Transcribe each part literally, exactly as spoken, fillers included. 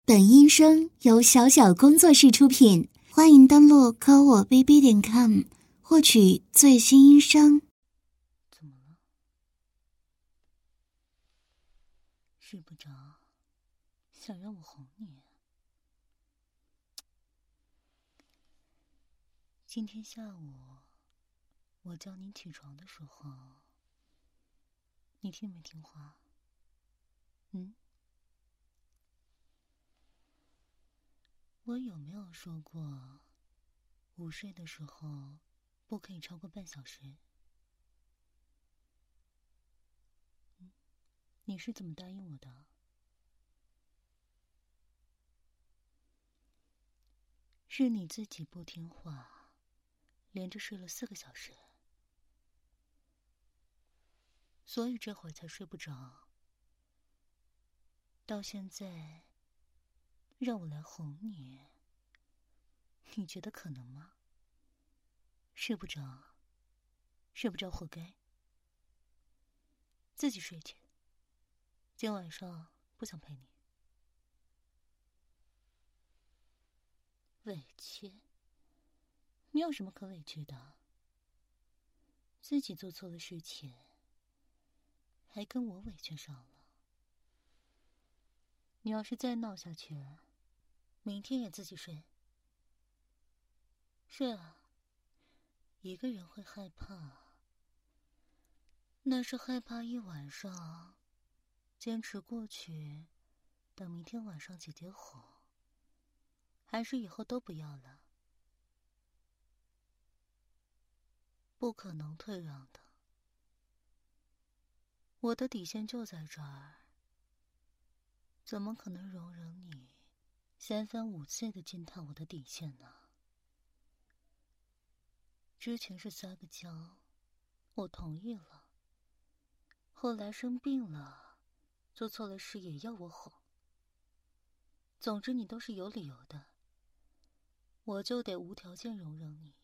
本音声由小小工作室出品，欢迎登录科我 B B 点 com 获取最新音声。 怎么了？睡不着，想让我哄你？今天下午我叫你起床的时候，你听没听话？嗯？我有没有说过，午睡的时候不可以超过半小时？嗯？你是怎么答应我的？是你自己不听话，连着睡了四个小时，所以这会儿才睡不着。到现在，让我来哄你，你觉得可能吗？睡不着，睡不着活该，自己睡去。今晚上不想陪你。委屈？你有什么可委屈的？自己做错了事情，还跟我委屈上了。你要是再闹下去，明天也自己睡。是啊，一个人会害怕，那是害怕一晚上，坚持过去，等明天晚上姐姐哄，还是以后都不要了？不可能退让的，我的底线就在这儿，怎么可能容忍你三番五次的践踏我的底线呢？之前是撒个娇，我同意了，后来生病了，做错了事也要我哄。总之你都是有理由的，我就得无条件容忍你。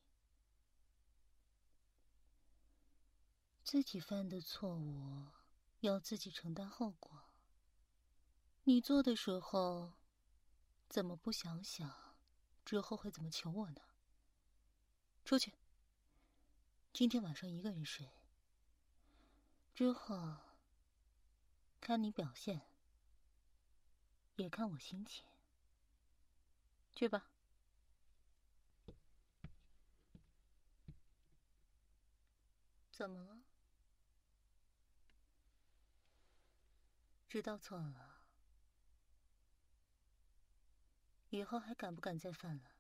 自己犯的错误要自己承担后果，你做的时候怎么不想想之后会怎么求我呢？出去，今天晚上一个人睡，之后看你表现，也看我心情。去吧。怎么了？知道错了，以后还敢不敢再犯了？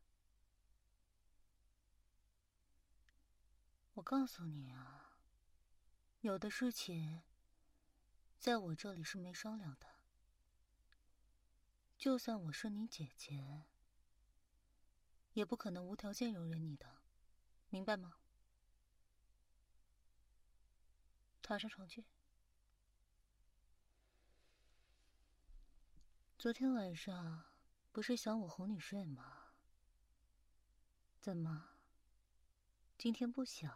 我告诉你啊，有的事情在我这里是没商量的。就算我是你姐姐，也不可能无条件容忍你的，明白吗？躺上床去。昨天晚上不是想我哄你睡吗？怎么，今天不想？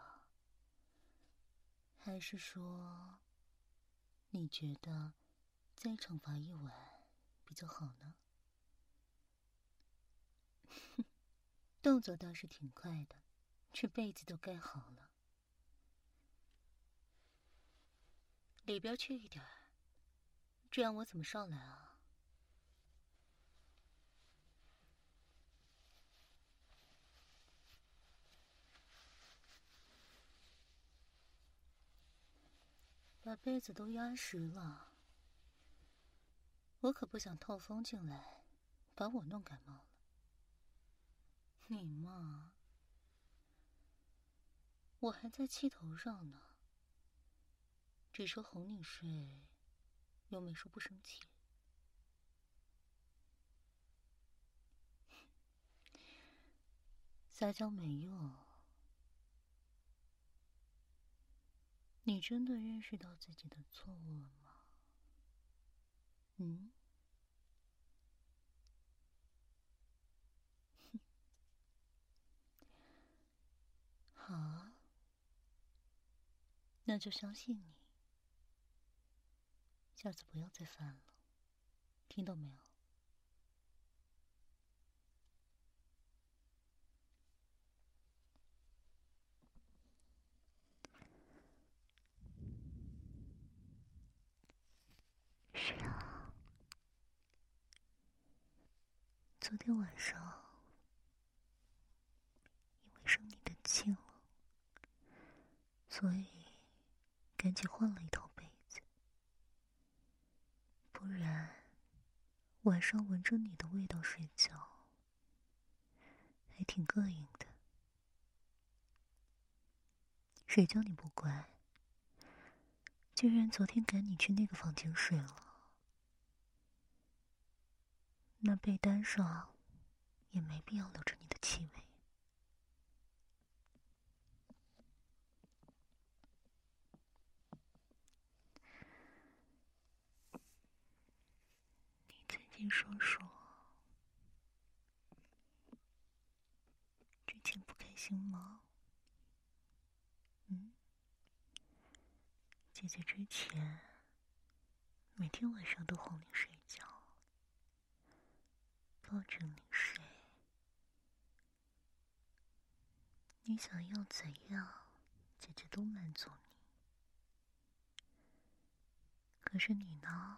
还是说，你觉得再惩罚一晚比较好呢？动作倒是挺快的，这被子都盖好了。里边去一点，这样我怎么上来啊？把被子都压实了，我可不想透风进来，把我弄感冒了。你嘛，我还在气头上呢，只说哄你睡，又没说不生气。撒娇没用，你真的认识到自己的错误了吗？嗯？好啊，那就相信你，下次不要再犯了，听到没有？ 昨天晚上因为生你的气了，所以赶紧换了一套被子，不然晚上闻着你的味道睡觉还挺膈应的。谁叫你不乖，居然昨天赶你去那个房间睡了。那被单上也没必要留着你的气味。你最近说说，之前不开心吗？嗯？姐姐之前每天晚上都哄你睡觉，抱着你睡，你想要怎样，姐姐都满足你。可是你呢？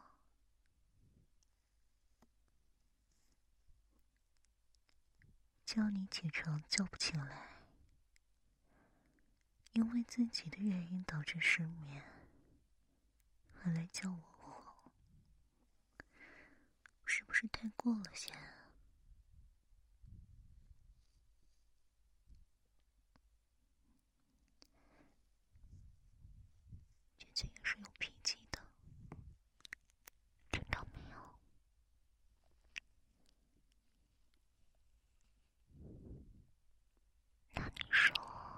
叫你起床叫不起来，因为自己的原因导致失眠，还来叫我哄，是不是太过了些？姐姐也是有脾气的，知道没有？那你说，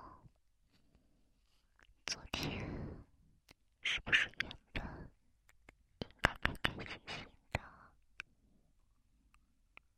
昨天是不是原本应该开开心心的？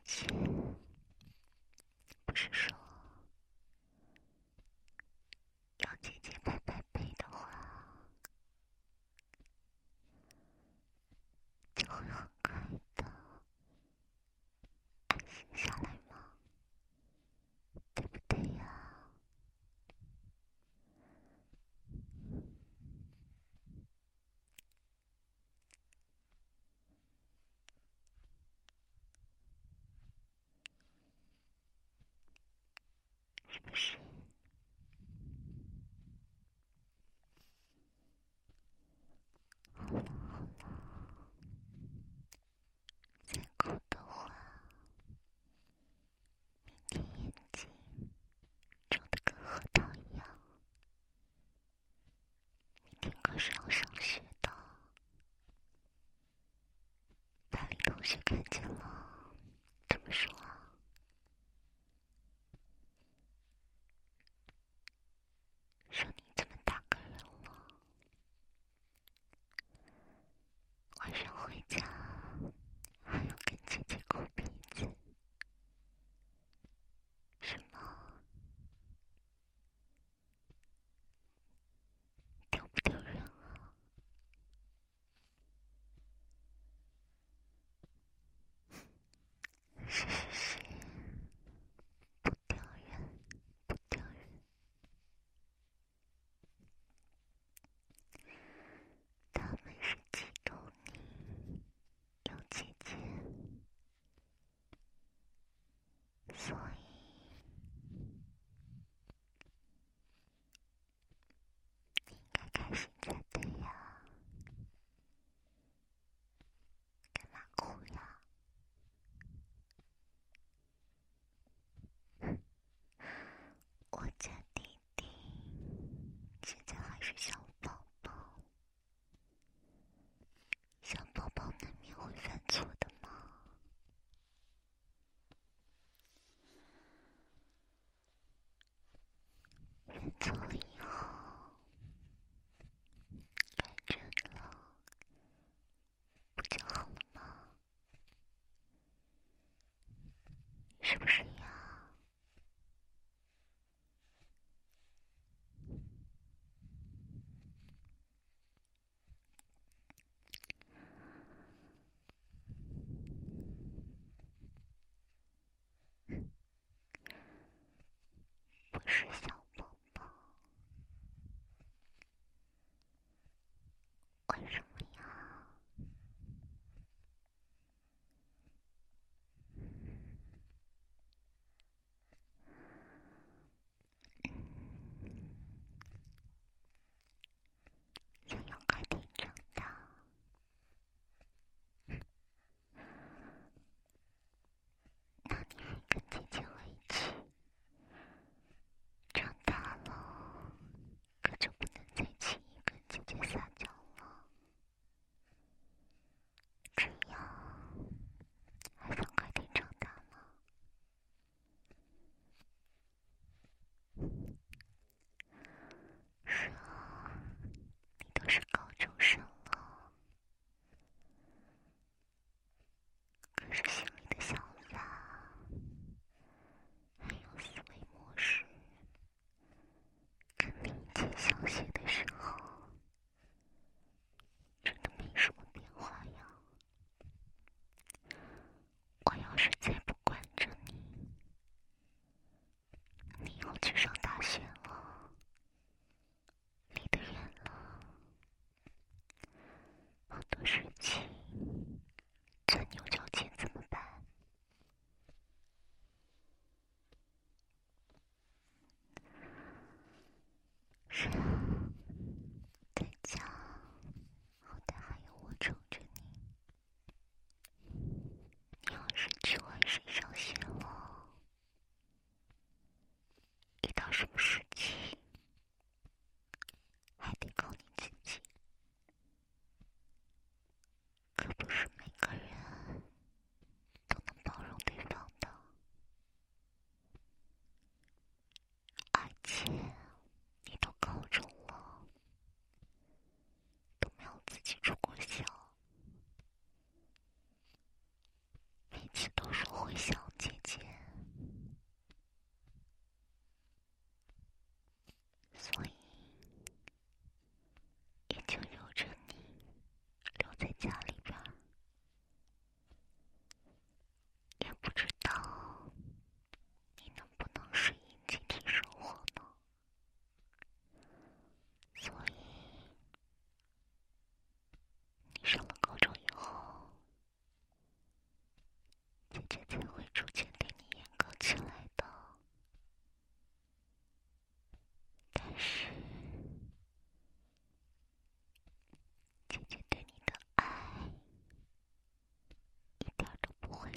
且不是说要姐姐拍拍背的话，就会很快的安心下来吗？对不对呀？是不是？好了好了，再哭的话，明天眼睛肿得跟核桃一样。明天可是要上学的，班里同学看见了怎么说啊？说你怎么大个人了，晚上回家还要跟姐姐抠鼻子，什么丢不丢人啊？是是是，不丢人不丢人。他们是嫉妒你有姐姐，所以你应该开心才对呀，干嘛哭呀？我家弟弟现在还是小宝宝，小宝宝难免会犯错的嘛。犯错了以后，改正了，不就好了吗？是不是呀？不是小宝宝，为什么呀？想要快点长大，那你还跟姐姐回去，这样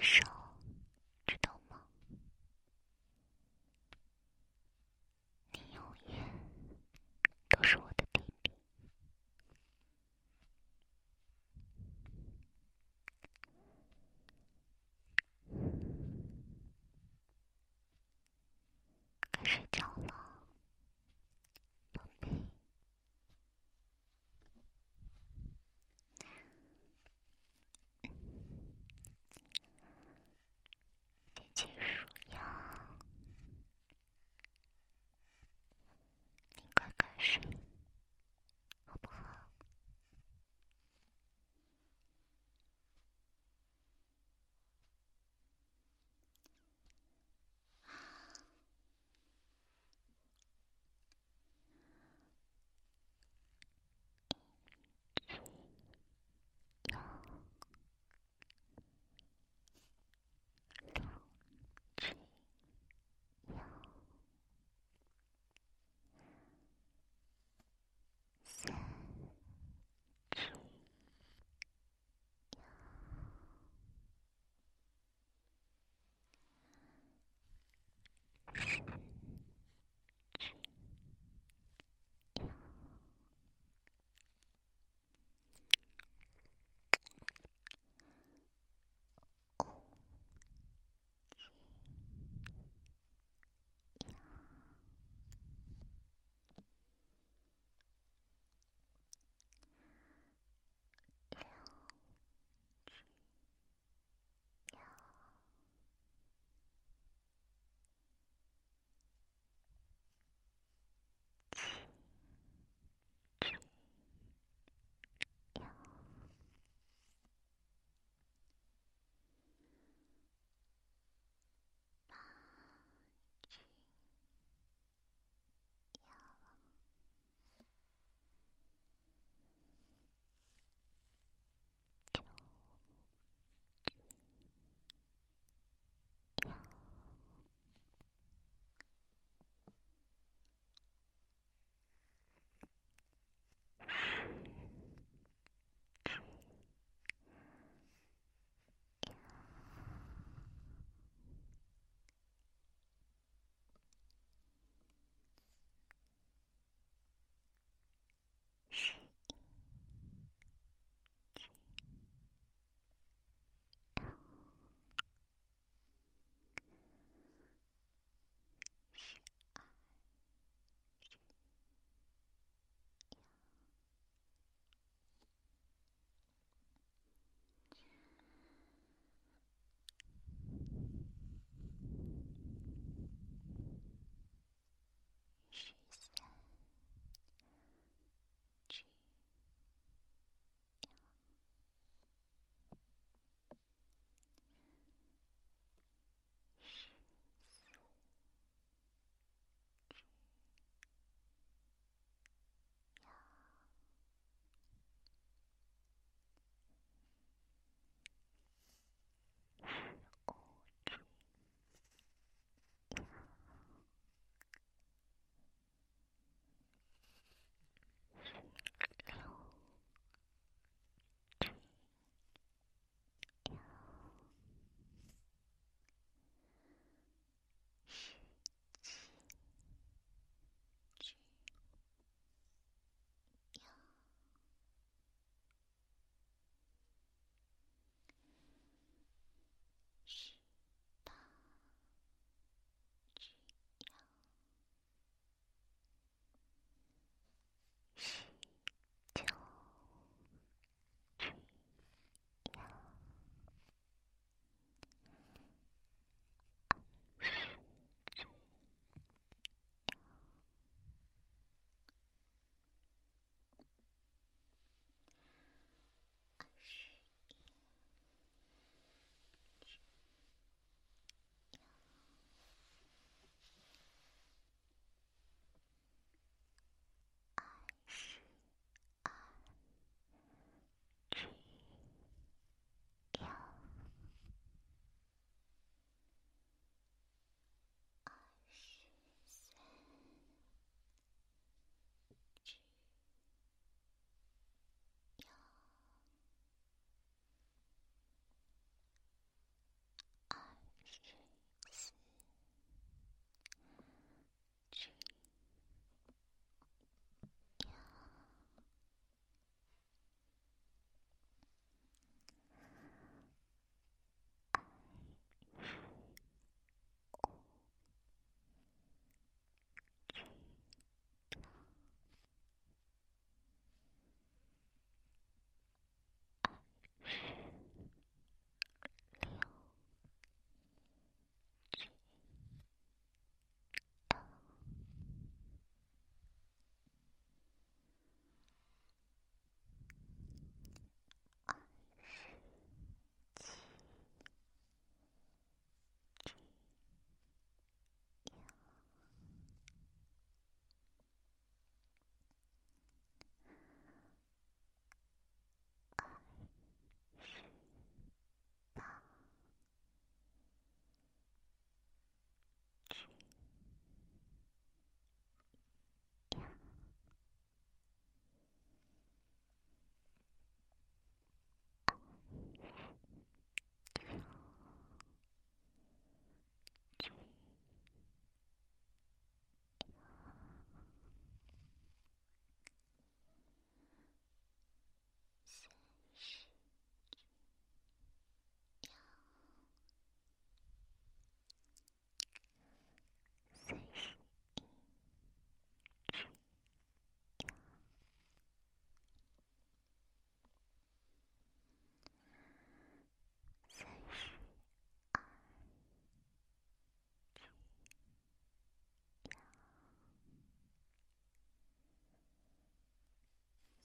手，知道吗？你永远都是我的弟弟。该睡觉了，宝贝。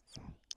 在。